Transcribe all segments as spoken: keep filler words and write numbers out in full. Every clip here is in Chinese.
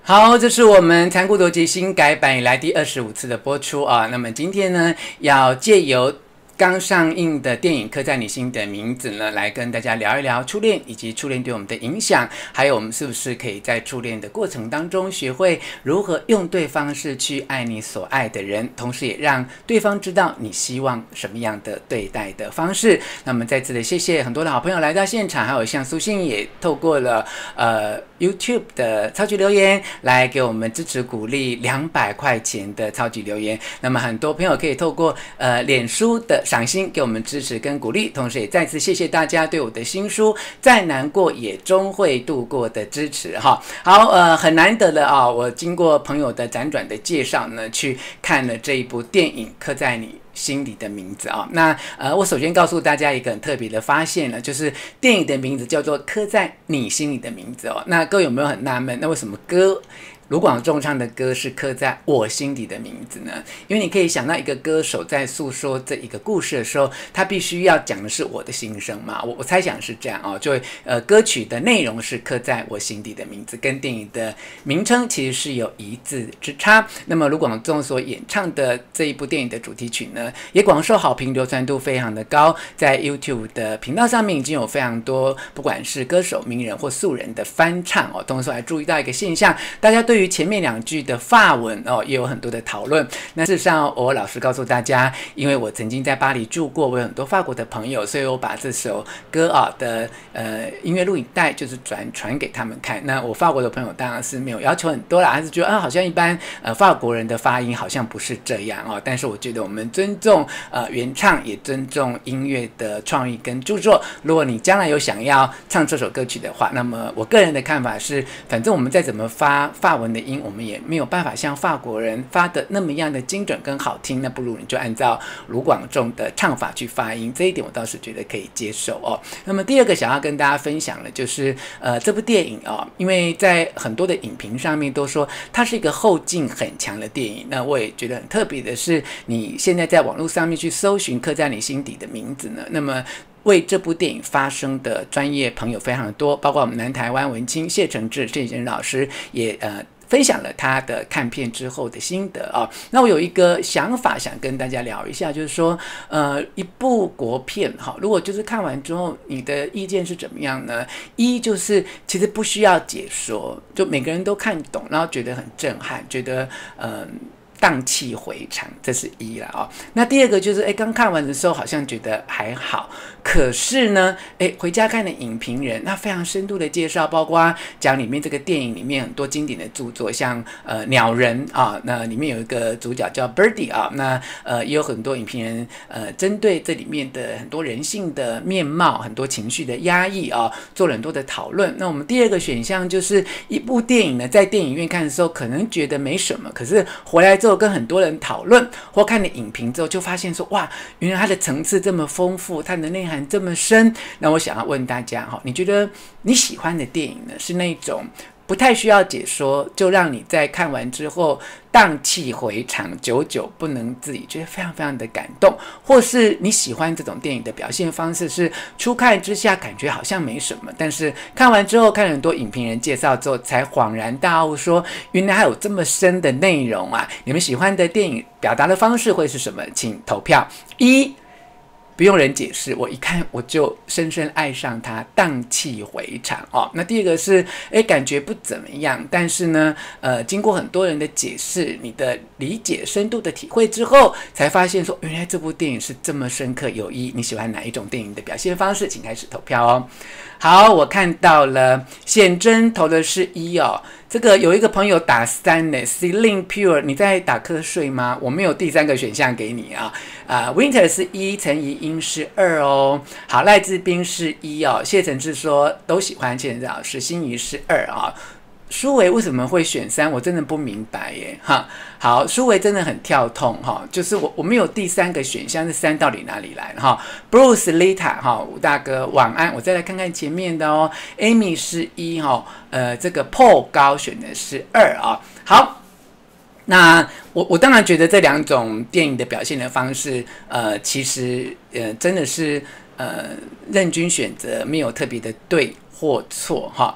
好，这是我们残酷逻辑新改版以来第二十五次的播出啊。那么今天呢，要借由刚上映的电影《刻在你心的名字》呢，来跟大家聊一聊初恋以及初恋对我们的影响，还有我们是不是可以在初恋的过程当中学会如何用对方式去爱你所爱的人，同时也让对方知道你希望什么样的对待的方式。那么再次的谢谢很多的好朋友来到现场，还有像苏信也透过了呃 YouTube 的超级留言来给我们支持鼓励两百块钱的超级留言。那么很多朋友可以透过呃脸书的赏心给我们支持跟鼓励，同时也再次谢谢大家对我的新书再难过也终会度过的支持哈。好，呃，很难得的啊，我经过朋友的辗转的介绍呢，去看了这一部电影《刻在你心里的名字》啊。那呃，我首先告诉大家一个很特别的发现呢，就是电影的名字叫做《刻在你心里的名字》哦。那各位有没有很纳闷，那为什么歌？卢广仲唱的歌是刻在我心底的名字呢？因为你可以想到一个歌手在诉说这一个故事的时候，他必须要讲的是我的心声嘛。我我猜想是这样哦，就呃歌曲的内容是刻在我心底的名字，跟电影的名称其实是有一字之差。那么卢广仲所演唱的这一部电影的主题曲呢，也广受好评，流传度非常的高，在 YouTube 的频道上面已经有非常多不管是歌手、名人或素人的翻唱哦。同时还注意到一个现象，大家对对于前面两句的法文哦，也有很多的讨论。那事实上，我老实告诉大家，因为我曾经在巴黎住过，我有很多法国的朋友，所以我把这首歌啊的呃音乐录影带就是转传给他们看。那我法国的朋友当然是没有要求很多啦，还是觉得啊，好像一般呃法国人的发音好像不是这样哦。但是我觉得我们尊重呃原唱，也尊重音乐的创意跟著作。如果你将来有想要唱这首歌曲的话，那么我个人的看法是，反正我们再怎么发法文的音，我们也没有办法像法国人发的那么样的精准跟好听，那不如你就按照卢广仲的唱法去发音，这一点我倒是觉得可以接受哦。那么第二个想要跟大家分享的就是呃这部电影哦，因为在很多的影评上面都说它是一个后劲很强的电影，那我也觉得很特别的是，你现在在网络上面去搜寻刻在你心底的名字呢，那么为这部电影发声的专业朋友非常的多，包括我们南台湾文青谢承志谢先生老师也呃分享了他的看片之后的心得啊。那我有一个想法想跟大家聊一下，就是说呃一部国片哈，如果就是看完之后你的意见是怎么样呢？一就是其实不需要解说，就每个人都看懂，然后觉得很震撼，觉得嗯、呃荡气回肠，这是一啦哦。那第二个就是，哎，刚看完的时候好像觉得还好，可是呢，哎，回家看的影评人，那非常深度的介绍，包括讲里面这个电影里面很多经典的著作，像呃鸟人啊，那里面有一个主角叫 Birdy 啊，那呃也有很多影评人呃针对这里面的很多人性的面貌、很多情绪的压抑啊，做了很多的讨论。那我们第二个选项就是一部电影呢，在电影院看的时候可能觉得没什么，可是回来之后跟很多人讨论或看了影评之后，就发现说哇，原来它的层次这么丰富，它的内涵这么深。那我想要问大家哈，你觉得你喜欢的电影呢，是那种不太需要解说，就让你在看完之后荡气回肠，久久不能自已，觉得非常非常的感动，或是你喜欢这种电影的表现方式是初看之下感觉好像没什么，但是看完之后看了很多影评人介绍之后才恍然大悟说原来还有这么深的内容啊。你们喜欢的电影表达的方式会是什么？请投票。一，不用人解释，我一看我就深深爱上它，荡气回肠哦。那第二个是，哎，感觉不怎么样，但是呢，呃，经过很多人的解释，你的理解、深度的体会之后，才发现说，原来这部电影是这么深刻有意义。你喜欢哪一种电影的表现方式？请开始投票哦。好，我看到了，显真投的是一哦。这个有一个朋友打三呢 ，Celine Pure， 你在打瞌睡吗？我没有第三个选项给你啊。啊、呃、，Winter 是一，陈怡英是二哦。好，赖志斌是一哦。谢承志说都喜欢谢承志老师，心怡是二啊。舒维为什么会选三？我真的不明白耶哈。好，舒维真的很跳痛哈，就是我我们有第三个选项，是三到底哪里来哈 ？Bruce Lita 哈，吴大哥晚安，我再来看看前面的哦。Amy 是一哈，呃，这个 Paul 高选的是二啊。好。那我我当然觉得这两种电影的表现的方式，呃，其实呃真的是呃任君选择，没有特别的对或错哈。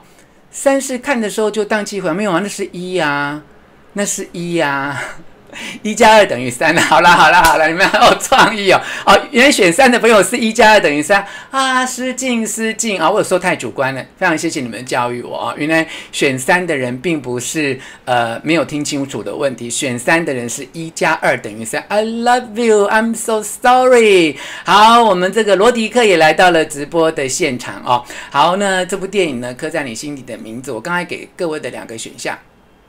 三是看的时候就荡气回肠，没有啊，那是一啊，那是一啊。一加二等于三，好啦好啦好啦，你们好有创意哦！哦，原来选三的朋友是一加二等于三啊，失敬失敬啊！我有时候太主观了，非常谢谢你们教育我啊！原来选三的人并不是呃没有听清楚的问题，选三的人是一加二等于三。I love you, I'm so sorry。好，我们这个罗迪克也来到了直播的现场哦。好，那这部电影呢，刻在你心底的名字，我刚才给各位的两个选项。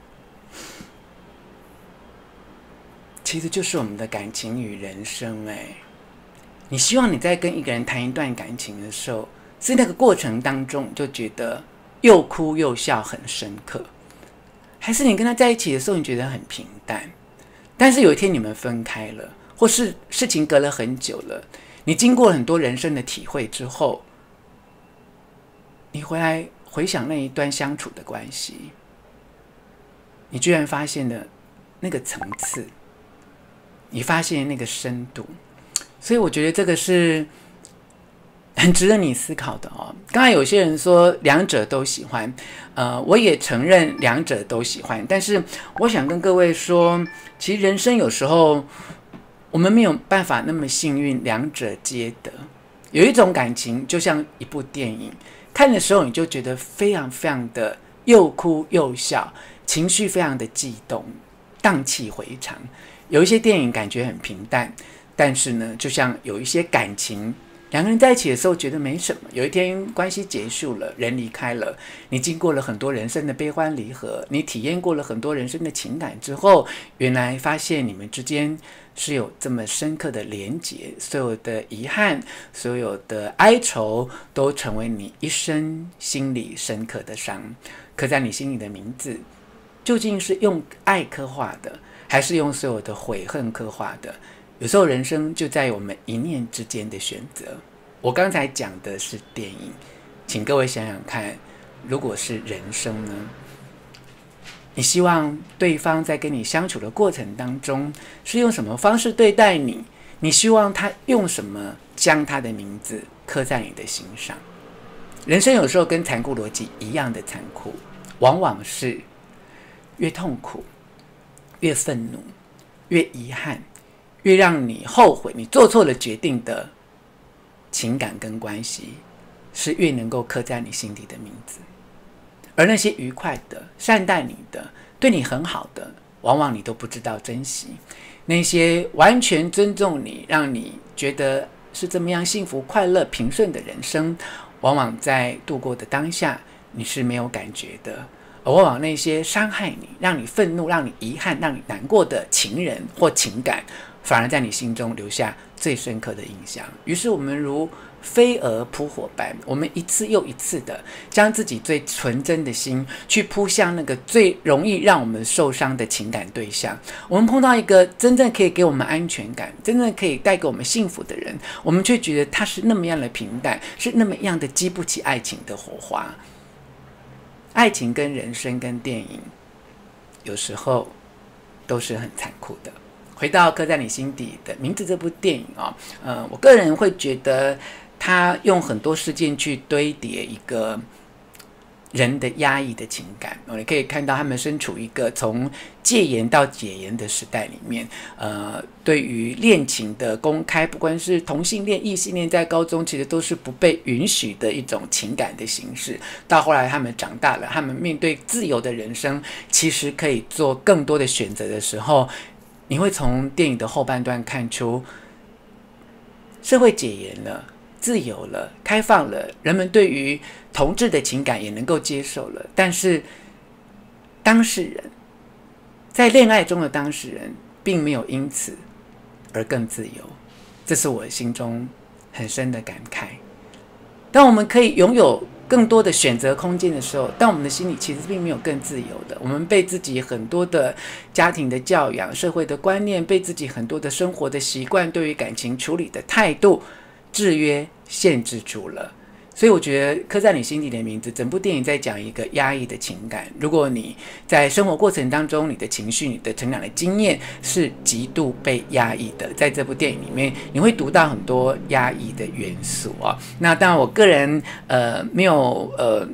其实就是我们的感情与人生哎，你希望你在跟一个人谈一段感情的时候，是那个过程当中你就觉得又哭又笑很深刻，还是你跟他在一起的时候你觉得很平淡，但是有一天你们分开了，或是事情隔了很久了，你经过很多人生的体会之后，你回来回想那一段相处的关系，你居然发现了那个层次，你发现那个深度，所以我觉得这个是很值得你思考的哦。刚才有些人说两者都喜欢，呃，我也承认两者都喜欢，但是我想跟各位说，其实人生有时候我们没有办法那么幸运，两者皆得。有一种感情就像一部电影，看的时候你就觉得非常非常的又哭又笑，情绪非常的激动，荡气回肠。有一些电影感觉很平淡，但是呢，就像有一些感情，两个人在一起的时候觉得没什么，有一天关系结束了，人离开了，你经过了很多人生的悲欢离合，你体验过了很多人生的情感之后，原来发现你们之间是有这么深刻的连结，所有的遗憾，所有的哀愁，都成为你一生心里深刻的伤，刻在你心里的名字，究竟是用爱刻画的，还是用所有的悔恨刻画的？有时候人生就在我们一念之间的选择。我刚才讲的是电影，请各位想想看，如果是人生呢？你希望对方在跟你相处的过程当中是用什么方式对待你？你希望他用什么将他的名字刻在你的心上？人生有时候跟残酷逻辑一样的残酷，往往是越痛苦越愤怒越遗憾，越让你后悔你做错了决定的情感跟关系，是越能够刻在你心底的名字。而那些愉快的、善待你的、对你很好的，往往你都不知道珍惜。那些完全尊重你，让你觉得是这么样幸福、快乐、平顺的人生，往往在度过的当下，你是没有感觉的。而往往那些伤害你、让你愤怒、让你遗憾、让你难过的情人或情感，反而在你心中留下最深刻的印象。于是我们如飞蛾扑火般，我们一次又一次的将自己最纯真的心去扑向那个最容易让我们受伤的情感对象。我们碰到一个真正可以给我们安全感、真正可以带给我们幸福的人，我们却觉得他是那么样的平淡，是那么样的激不起爱情的火花。爱情跟人生跟电影有时候都是很残酷的。回到刻在你心底的名字这部电影啊、哦，呃，我个人会觉得他用很多事件去堆叠一个人的压抑的情感。哦，你可以看到他们身处一个从戒严到解严的时代里面，呃，对于恋情的公开，不管是同性恋、异性恋，在高中其实都是不被允许的一种情感的形式。到后来他们长大了，他们面对自由的人生，其实可以做更多的选择的时候，你会从电影的后半段看出，社会解严了，自由了，开放了，人们对于同志的情感也能够接受了。但是当事人在恋爱中的当事人并没有因此而更自由，这是我心中很深的感慨。当我们可以拥有更多的选择空间的时候，但我们的心里其实并没有更自由的。我们被自己很多的家庭的教养、社会的观念，被自己很多的生活的习惯、对于感情处理的态度制约、限制住了。所以我觉得刻在你心底的名字，整部电影在讲一个压抑的情感。如果你在生活过程当中，你的情绪、你的成长的经验是极度被压抑的，在这部电影里面，你会读到很多压抑的元素啊。那当然，我个人呃没有呃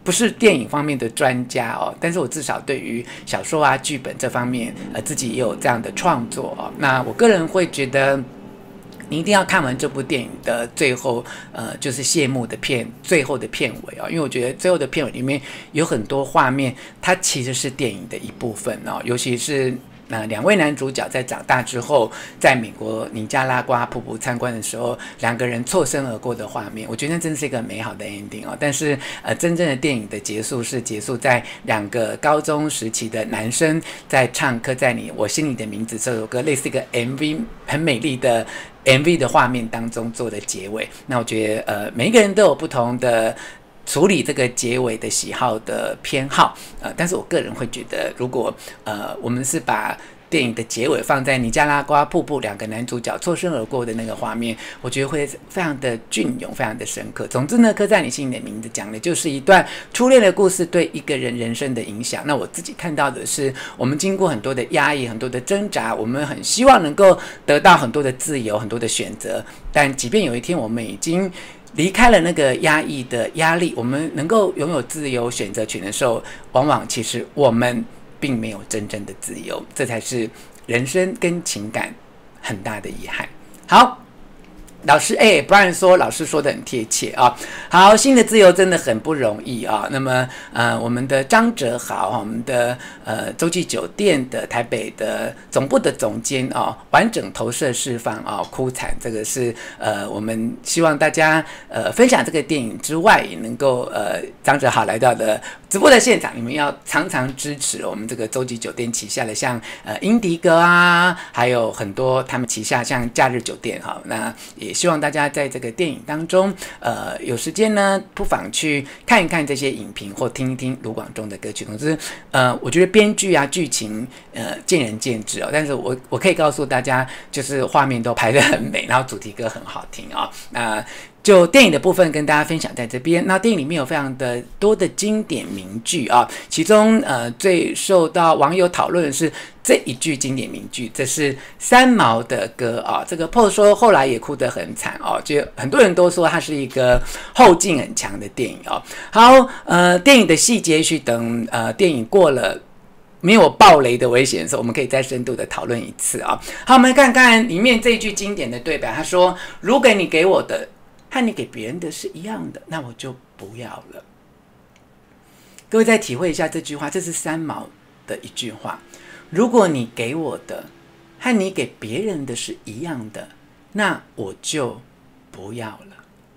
不是电影方面的专家哦，但是我至少对于小说啊、剧本这方面，呃，自己也有这样的创作哦。那我个人会觉得，你一定要看完这部电影的最后，呃，就是谢幕的片，最后的片尾哦，因为我觉得最后的片尾里面有很多画面，它其实是电影的一部分哦，尤其是。那两位男主角在长大之后，在美国尼加拉瓜瀑布参观的时候，两个人错身而过的画面，我觉得那真是一个美好的 ending 哦。但是，呃，真正的电影的结束是结束在两个高中时期的男生在唱《刻在你我心里的名字》这首歌，类似一个 M V 很美丽的 M V 的画面当中做的结尾。那我觉得，呃，每一个人都有不同的。处理这个结尾的喜好的偏好，呃，但是我个人会觉得，如果呃我们是把电影的结尾放在尼加拉瓜瀑布两个男主角错身而过的那个画面，我觉得会非常的隽永，非常的深刻。总之呢，刻在你心里的名字讲的就是一段初恋的故事对一个人人生的影响。那我自己看到的是，我们经过很多的压抑，很多的挣扎，我们很希望能够得到很多的自由，很多的选择。但即便有一天我们已经离开了那个压抑的压力，我们能够拥有自由选择权的时候，往往其实我们并没有真正的自由，这才是人生跟情感很大的遗憾。好。老师，哎 ，Brian 说，老师说的很贴切啊。好，新的自由真的很不容易啊。那么，呃，我们的张哲豪，我们的呃洲际酒店的台北的总部的总监啊，完整投射释放啊，哭惨，这个是呃我们希望大家呃分享这个电影之外，也能够呃张哲豪来到的直播的现场，你们要常常支持我们这个洲际酒店旗下的像呃英迪格啊，还有很多他们旗下像假日酒店哈，那也希望大家在这个电影当中，呃，有时间呢，不妨去看一看这些影评或听一听卢广仲的歌曲。总之，呃，我觉得编剧啊、剧情，呃，见仁见智哦。但是我我可以告诉大家，就是画面都拍得很美，然后主题歌很好听啊、哦。那就电影的部分跟大家分享在这边。那电影里面有非常的多的经典名句啊，其中呃最受到网友讨论的是这一句经典名句，这是三毛的歌啊。这个 Paul 说后来也哭得很惨哦，就很多人都说它是一个后劲很强的电影哦。好，呃，电影的细节，也许等呃电影过了。没有爆雷的危险的时候，我们可以再深度的讨论一次啊。好，我们看看里面这一句经典的对白，他说：“如果你给我的和你给别人的是一样的，那我就不要了。”各位再体会一下这句话，这是三毛的一句话。如果你给我的和你给别人的是一样的，那我就不要了。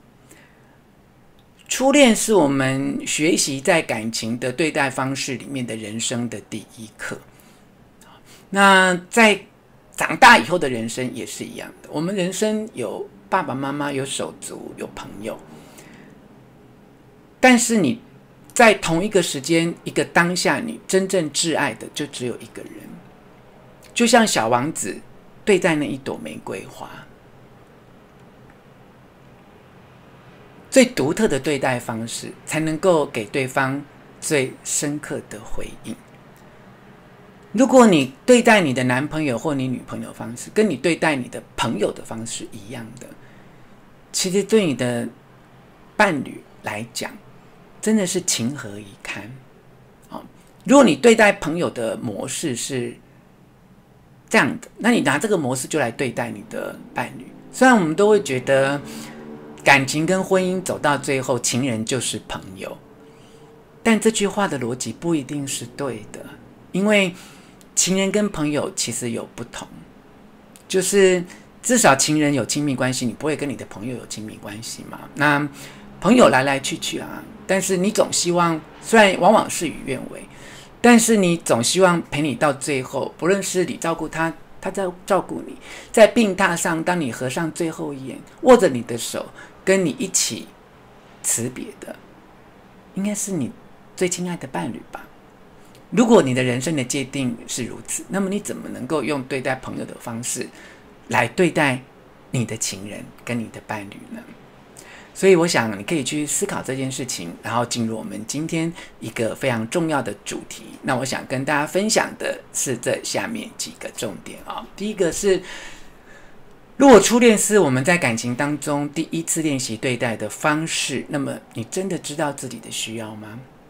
初恋是我们学习在感情的对待方式里面的人生的第一课。那在长大以后的人生也是一样的，我们人生有爸爸妈妈，有手足，有朋友，但是你在同一个时间、一个当下，你真正挚爱的就只有一个人。就像小王子对待那一朵玫瑰花。最独特的对待方式，才能够给对方最深刻的回应。如果你对待你的男朋友或你女朋友方式，跟你对待你的朋友的方式一样的，其实对你的伴侣来讲，真的是情何以堪。哦，如果你对待朋友的模式是这样的，那你拿这个模式就来对待你的伴侣。虽然我们都会觉得感情跟婚姻走到最后，情人就是朋友，但这句话的逻辑不一定是对的，因为情人跟朋友其实有不同，就是至少情人有亲密关系，你不会跟你的朋友有亲密关系嘛？那朋友来来去去啊，但是你总希望，虽然往往事与愿违，但是你总希望陪你到最后，不论是你照顾他，他在照顾你，在病榻上，当你合上最后一眼，握着你的手，跟你一起辞别的，应该是你最亲爱的伴侣吧。如果你的人生的界定是如此，那么你怎么能够用对待朋友的方式来对待你的情人跟你的伴侣呢？所以我想你可以去思考这件事情，然后进入我们今天一个非常重要的主题。那我想跟大家分享的是这下面几个重点啊。第一个是，如果初恋是我们在感情当中第一次练习对待的方式，那么你真的知道自己的需要吗？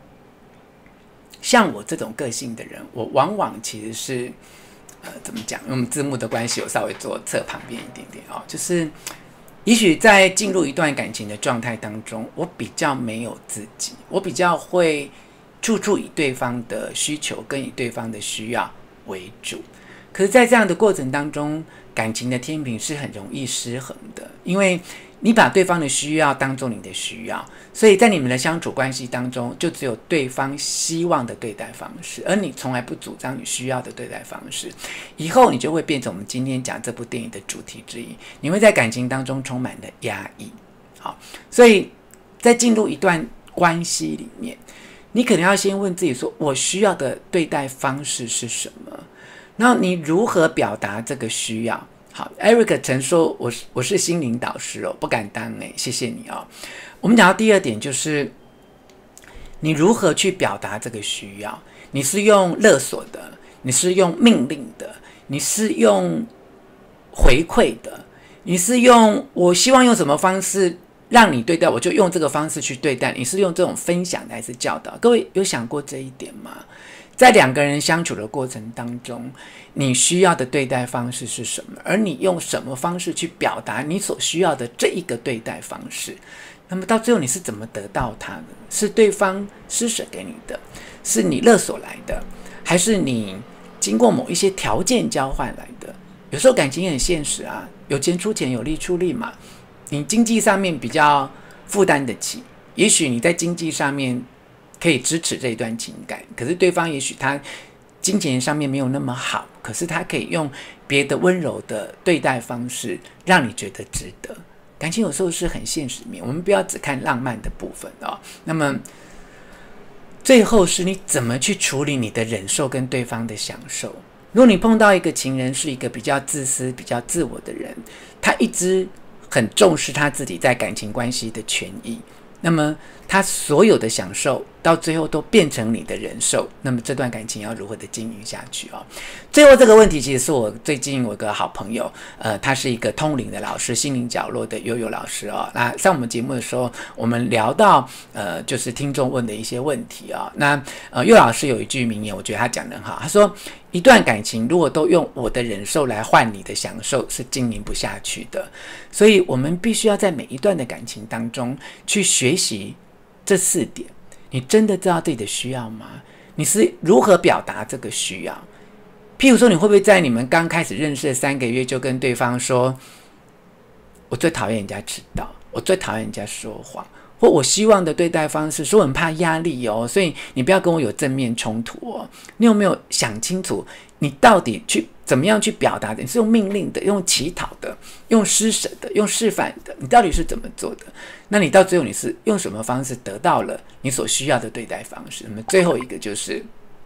像我这种个性的人，我往往其实是呃怎么讲？因为我们字幕的关系，我稍微坐侧旁边一点点哦，就是也许在进入一段感情的状态当中，我比较没有自己，我比较会处处以对方的需求跟以对方的需要为主。可是，在这样的过程当中，感情的天平是很容易失衡的，因为你把对方的需要当作你的需要，所以在你们的相处关系当中，就只有对方希望的对待方式，而你从来不主张你需要的对待方式。以后你就会变成我们今天讲这部电影的主题之一，你会在感情当中充满了压抑。好，所以在进入一段关系里面，你可能要先问自己说，我需要的对待方式是什么？然后你如何表达这个需要？好 ，Eric 曾说我是我是心灵导师哦，不敢当哎，谢谢你哦。我们讲到第二点，就是你如何去表达这个需要？你是用勒索的，你是用命令的，你是用回馈的，你是用我希望用什么方式让你对待，我就用这个方式去对待。你是用这种分享的还是教导？各位有想过这一点吗？在两个人相处的过程当中，你需要的对待方式是什么？而你用什么方式去表达你所需要的这一个对待方式？那么到最后你是怎么得到它的？是对方施舍给你的，是你勒索来的，还是你经过某一些条件交换来的？有时候感情很现实啊，有钱出钱，有力出力嘛。你经济上面比较负担得起，也许你在经济上面可以支持这一段情感，可是对方也许他金钱上面没有那么好，可是他可以用别的温柔的对待方式让你觉得值得。感情有时候是很现实面，我们不要只看浪漫的部分哦。那么最后是你怎么去处理你的忍受跟对方的享受。如果你碰到一个情人是一个比较自私比较自我的人，他一直很重视他自己在感情关系的权益，那么他所有的享受到最后都变成你的忍受，那么这段感情要如何的经营下去哦？最后这个问题其实是我最近我有个好朋友，呃，他是一个通灵的老师，心灵角落的悠悠老师哦。那上我们节目的时候，我们聊到呃，就是听众问的一些问题啊、哦。那呃，悠老师有一句名言，我觉得他讲得很好，他说：一段感情如果都用我的忍受来换你的享受，是经营不下去的。所以我们必须要在每一段的感情当中去学习这四点。你真的知道自己的需要吗？你是如何表达这个需要？譬如说，你会不会在你们刚开始认识的三个月就跟对方说：我最讨厌人家迟到，我最讨厌人家说谎，或我希望的对待方式，说我很怕压力哦，所以你不要跟我有正面冲突哦。你有没有想清楚，你到底去怎么样去表达的？你是用命令的，用乞讨的，用施舍的，用示范的？你到底是怎么做的？那你到最后你是用什么方式得到了你所需要的对待方式？那么最后一个就是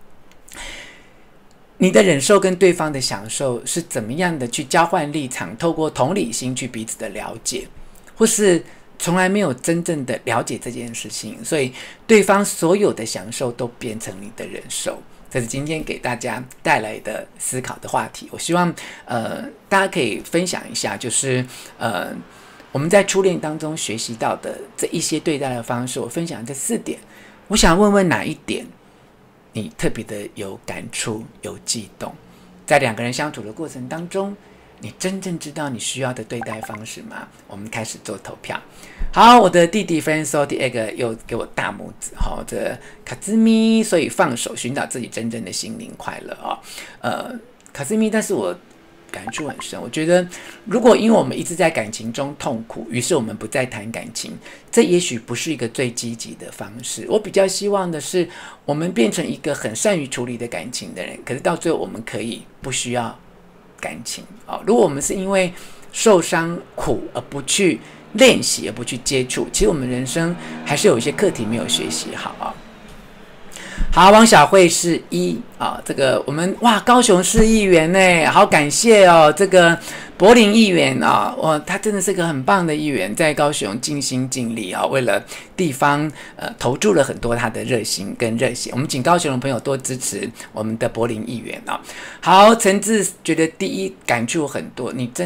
你的忍受跟对方的享受是怎么样的去交换立场，透过同理心去彼此的了解，或是从来没有真正的了解这件事情，所以对方所有的享受都变成你的忍受。这是今天给大家带来的思考的话题。我希望呃大家可以分享一下，就是呃我们在初恋当中学习到的这一些对待的方式，我分享这四点。我想问问哪一点你特别的有感触、有悸动？在两个人相处的过程当中，你真正知道你需要的对待方式吗？我们开始做投票。好，我的弟弟 Franso Diego 又给我大拇指，好、哦，这卡兹咪，所以放手寻找自己真正的心灵快乐啊、哦。呃，卡兹咪，但是我感触很深。我觉得，如果因为我们一直在感情中痛苦，于是我们不再谈感情，这也许不是一个最积极的方式。我比较希望的是，我们变成一个很善于处理的感情的人，可是到最后我们可以不需要感情啊、哦。如果我们是因为受伤苦而不去练习，而不去接触，其实我们人生还是有一些课题没有学习好啊、哦。好，王小慧是一啊，这个我们哇，高雄市议员呢，好感谢哦，这个柏林议员啊，哇，他真的是个很棒的议员，在高雄尽心尽力啊，为了地方呃投注了很多他的热心跟热血。我们请高雄的朋友多支持我们的柏林议员啊。好，陈志觉得第一感触很多，你真的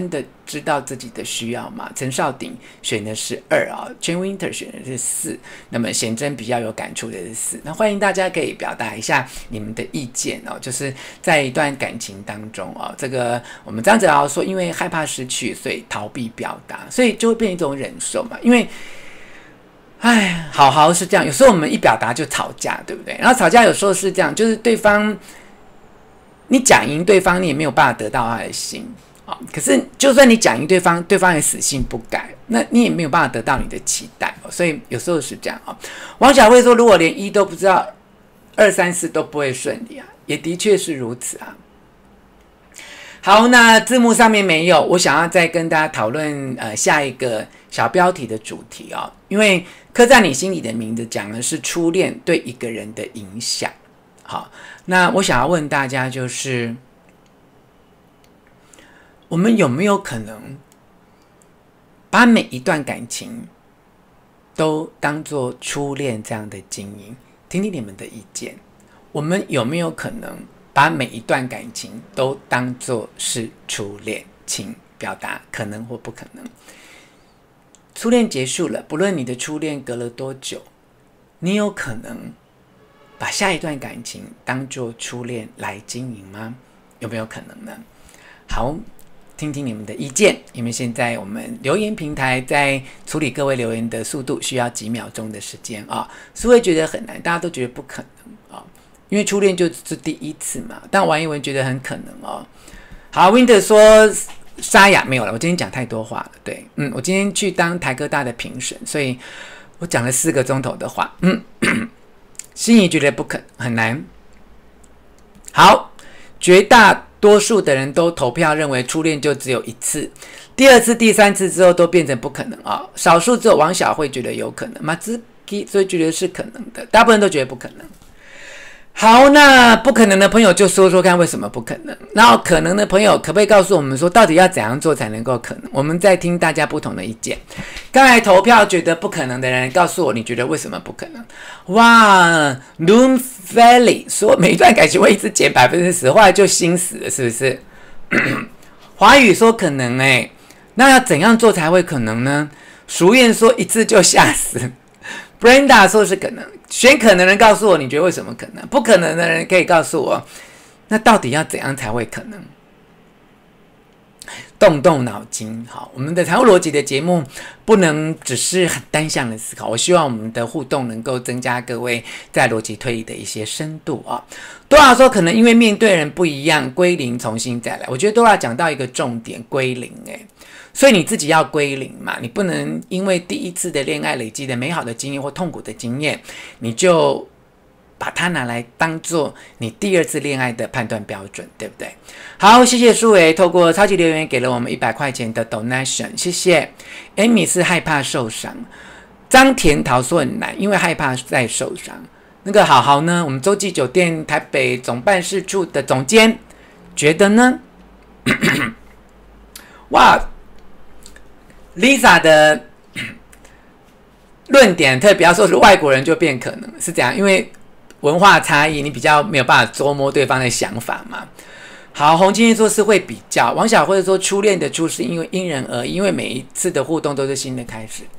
知道自己的需要嘛。陈少鼎选的是二啊 ，Jane Winter 选的是四，那么贤真比较有感触的是四。那欢迎大家可以表达一下你们的意见哦，就是在一段感情当中哦，这个我们张哲豪说，因为害怕失去，所以逃避表达，所以就会变成一种忍受嘛，因为。哎，好好是这样，有时候我们一表达就吵架，对不对？然后吵架有时候是这样，就是对方你讲赢对方，你也没有办法得到他的心啊、哦。可是就算你讲赢对方，对方也死性不改，那你也没有办法得到你的期待、哦、所以有时候是这样啊、哦。王小慧说，如果连一都不知道，二三四都不会顺利啊，也的确是如此啊。好，那字幕上面没有，我想要再跟大家讨论呃下一个小标题的主题哦，因为刻在你心里的名字讲的是初恋对一个人的影响。好，那我想要问大家就是，我们有没有可能把每一段感情都当作初恋这样的经营？听听你们的意见，我们有没有可能把每一段感情都当作是初恋？请表达可能或不可能。初恋结束了，不论你的初恋隔了多久，你有可能把下一段感情当作初恋来经营吗？有没有可能呢？好，听听你们的意见，因为现在我们留言平台在处理各位留言的速度需要几秒钟的时间啊，是会觉得很难，大家都觉得不可能啊，因为初恋就是第一次嘛，但王一文觉得很可能哦。好 ，Winter 说。沙哑没有了，我今天讲太多话了。对，嗯，我今天去当台科大的评审，所以我讲了四个钟头的话。嗯，心仪觉得不可很难。好，绝大多数的人都投票认为初恋就只有一次，第二次、第三次之后都变成不可能啊、哦。少数只有王小慧觉得有可能，马兹基所以觉得是可能的，大部分人都觉得不可能。好，那不可能的朋友就说说看为什么不可能，然后可能的朋友可不可以告诉我们说到底要怎样做才能够可能？我们再听大家不同的意见。刚才投票觉得不可能的人告诉我你觉得为什么不可能？哇 Loon Valley 说每一段感情会一直减百分之十，后来就心死了，是不是？华语说可能哎、欸，那要怎样做才会可能呢？淑燕说一次就吓死。Brenda 说是可能，选可能的人告诉我你觉得为什么可能，不可能的人可以告诉我，那到底要怎样才会可能？动动脑筋，好，我们的财务逻辑的节目不能只是很单向的思考，我希望我们的互动能够增加各位在逻辑推理的一些深度啊。多少说可能因为面对人不一样，归零重新再来，我觉得多少讲到一个重点，归零哎、欸。所以你自己要归零嘛，你不能因为第一次的恋爱累积的美好的经验或痛苦的经验，你就把它拿来当做你第二次恋爱的判断标准，对不对？好，谢谢苏伟透过超级留言给了我们一百块钱的 donation， 谢谢。Amy 是害怕受伤，张田桃说很难，因为害怕再受伤。那个好好呢，我们洲际酒店台北总办事处的总监觉得呢？哇！ Lisa 的论点特别要说是外国人就变可能是这样，因为文化差异，你比较没有办法捉摸对方的想法嘛。好，洪金燕说是会比较，王小慧说初恋的初是因为因人而异，因为每一次的互动都是新的开始。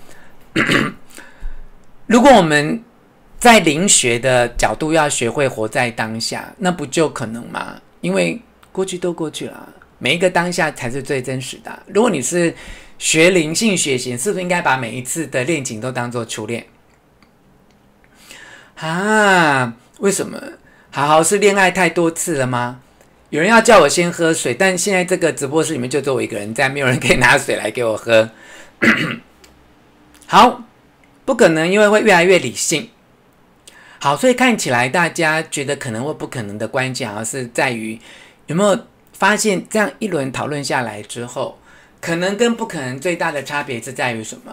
如果我们在灵学的角度要学会活在当下，那不就可能吗？因为过去都过去了，每一个当下才是最真实的。如果你是学灵性学型，是不是应该把每一次的恋情都当作初恋啊？为什么？好好是恋爱太多次了吗？有人要叫我先喝水，但现在这个直播室里面就只有我一个人在，没有人可以拿水来给我喝。好，不可能，因为会越来越理性。好，所以看起来大家觉得可能或不可能的关键，好像是在于有没有发现，这样一轮讨论下来之后。可能跟不可能最大的差别是在于什么？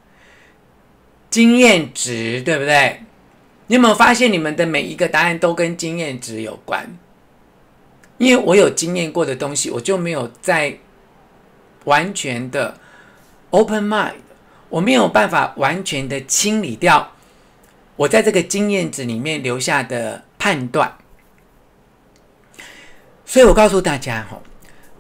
经验值，对不对？你有没有发现你们的每一个答案都跟经验值有关？因为我有经验过的东西，我就没有在完全的 open mind， 我没有办法完全的清理掉我在这个经验值里面留下的判断。所以我告诉大家，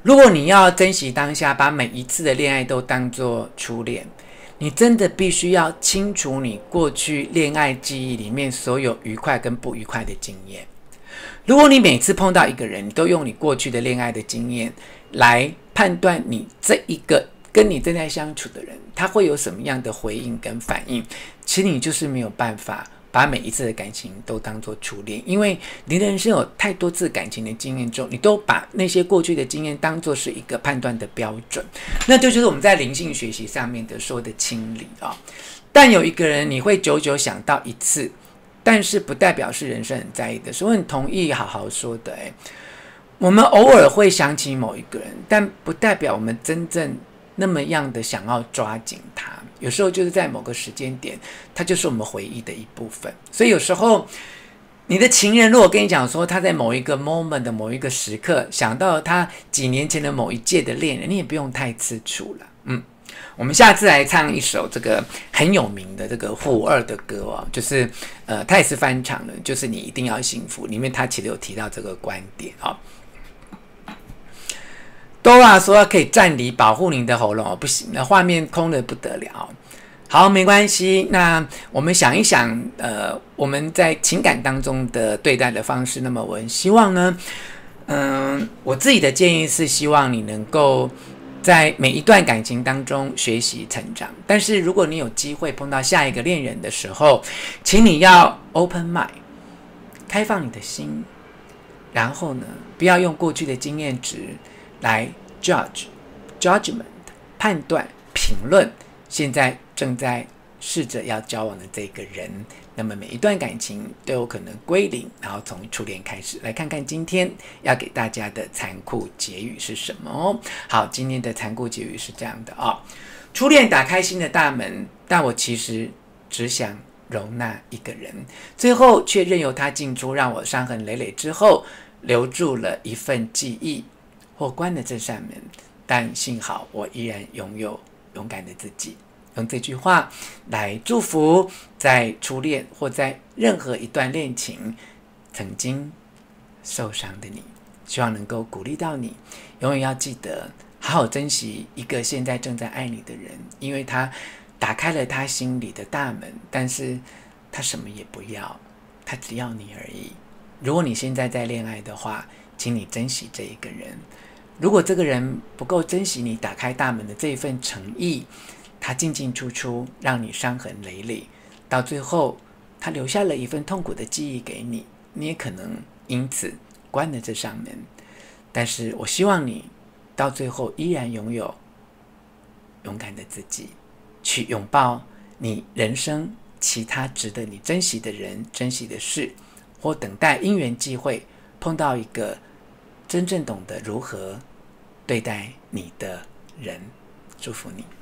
如果你要珍惜当下，把每一次的恋爱都当作初恋，你真的必须要清除你过去恋爱记忆里面所有愉快跟不愉快的经验。如果你每次碰到一个人，你都用你过去的恋爱的经验来判断你这一个跟你正在相处的人，他会有什么样的回应跟反应，其实你就是没有办法把每一次的感情都当作初恋，因为你的人生有太多次感情的经验中，你都把那些过去的经验当作是一个判断的标准，那这就是我们在灵性学习上面的说的清理啊、哦。但有一个人你会久久想到一次，但是不代表是人生很在意的，所以我很同意好好说的。诶，我们偶尔会想起某一个人，但不代表我们真正那么样的想要抓紧他。有时候就是在某个时间点，它就是我们回忆的一部分。所以有时候你的情人如果跟你讲说他在某一个 moment 的某一个时刻想到他几年前的某一届的恋人，你也不用太吃醋了。嗯，我们下次来唱一首这个很有名的这个胡二的歌哦，就是呃他也是翻唱的，就是你一定要幸福，里面他其实有提到这个观点哦。Dora 说可以暂离保护您的喉咙哦，不行，那画面空的不得了。好，没关系。那我们想一想，呃，我们在情感当中的对待的方式。那么，我很希望呢，嗯、呃，我自己的建议是希望你能够在每一段感情当中学习成长。但是，如果你有机会碰到下一个恋人的时候，请你要 open mind， 开放你的心，然后呢，不要用过去的经验值来 judge judgment 判断评论现在正在试着要交往的这个人。那么每一段感情都有可能归零，然后从初恋开始。来看看今天要给大家的残酷结语是什么哦。好，今天的残酷结语是这样的哦：初恋打开心的大门，但我其实只想容纳一个人，最后却任由他进出，让我伤痕累累，之后留住了一份记忆，或关了这扇门，但幸好我依然拥有勇敢的自己。用这句话来祝福在初恋或在任何一段恋情曾经受伤的你，希望能够鼓励到你，永远要记得好好珍惜一个现在正在爱你的人，因为他打开了他心里的大门，但是他什么也不要，他只要你而已。如果你现在在恋爱的话，请你珍惜这一个人。如果这个人不够珍惜你打开大门的这一份诚意，他进进出出，让你伤痕累累，到最后他留下了一份痛苦的记忆给你，你也可能因此关了这扇门。但是我希望你到最后依然拥有勇敢的自己，去拥抱你人生其他值得你珍惜的人、珍惜的事，或等待因缘际会碰到一个真正懂得如何对待你的人。祝福你。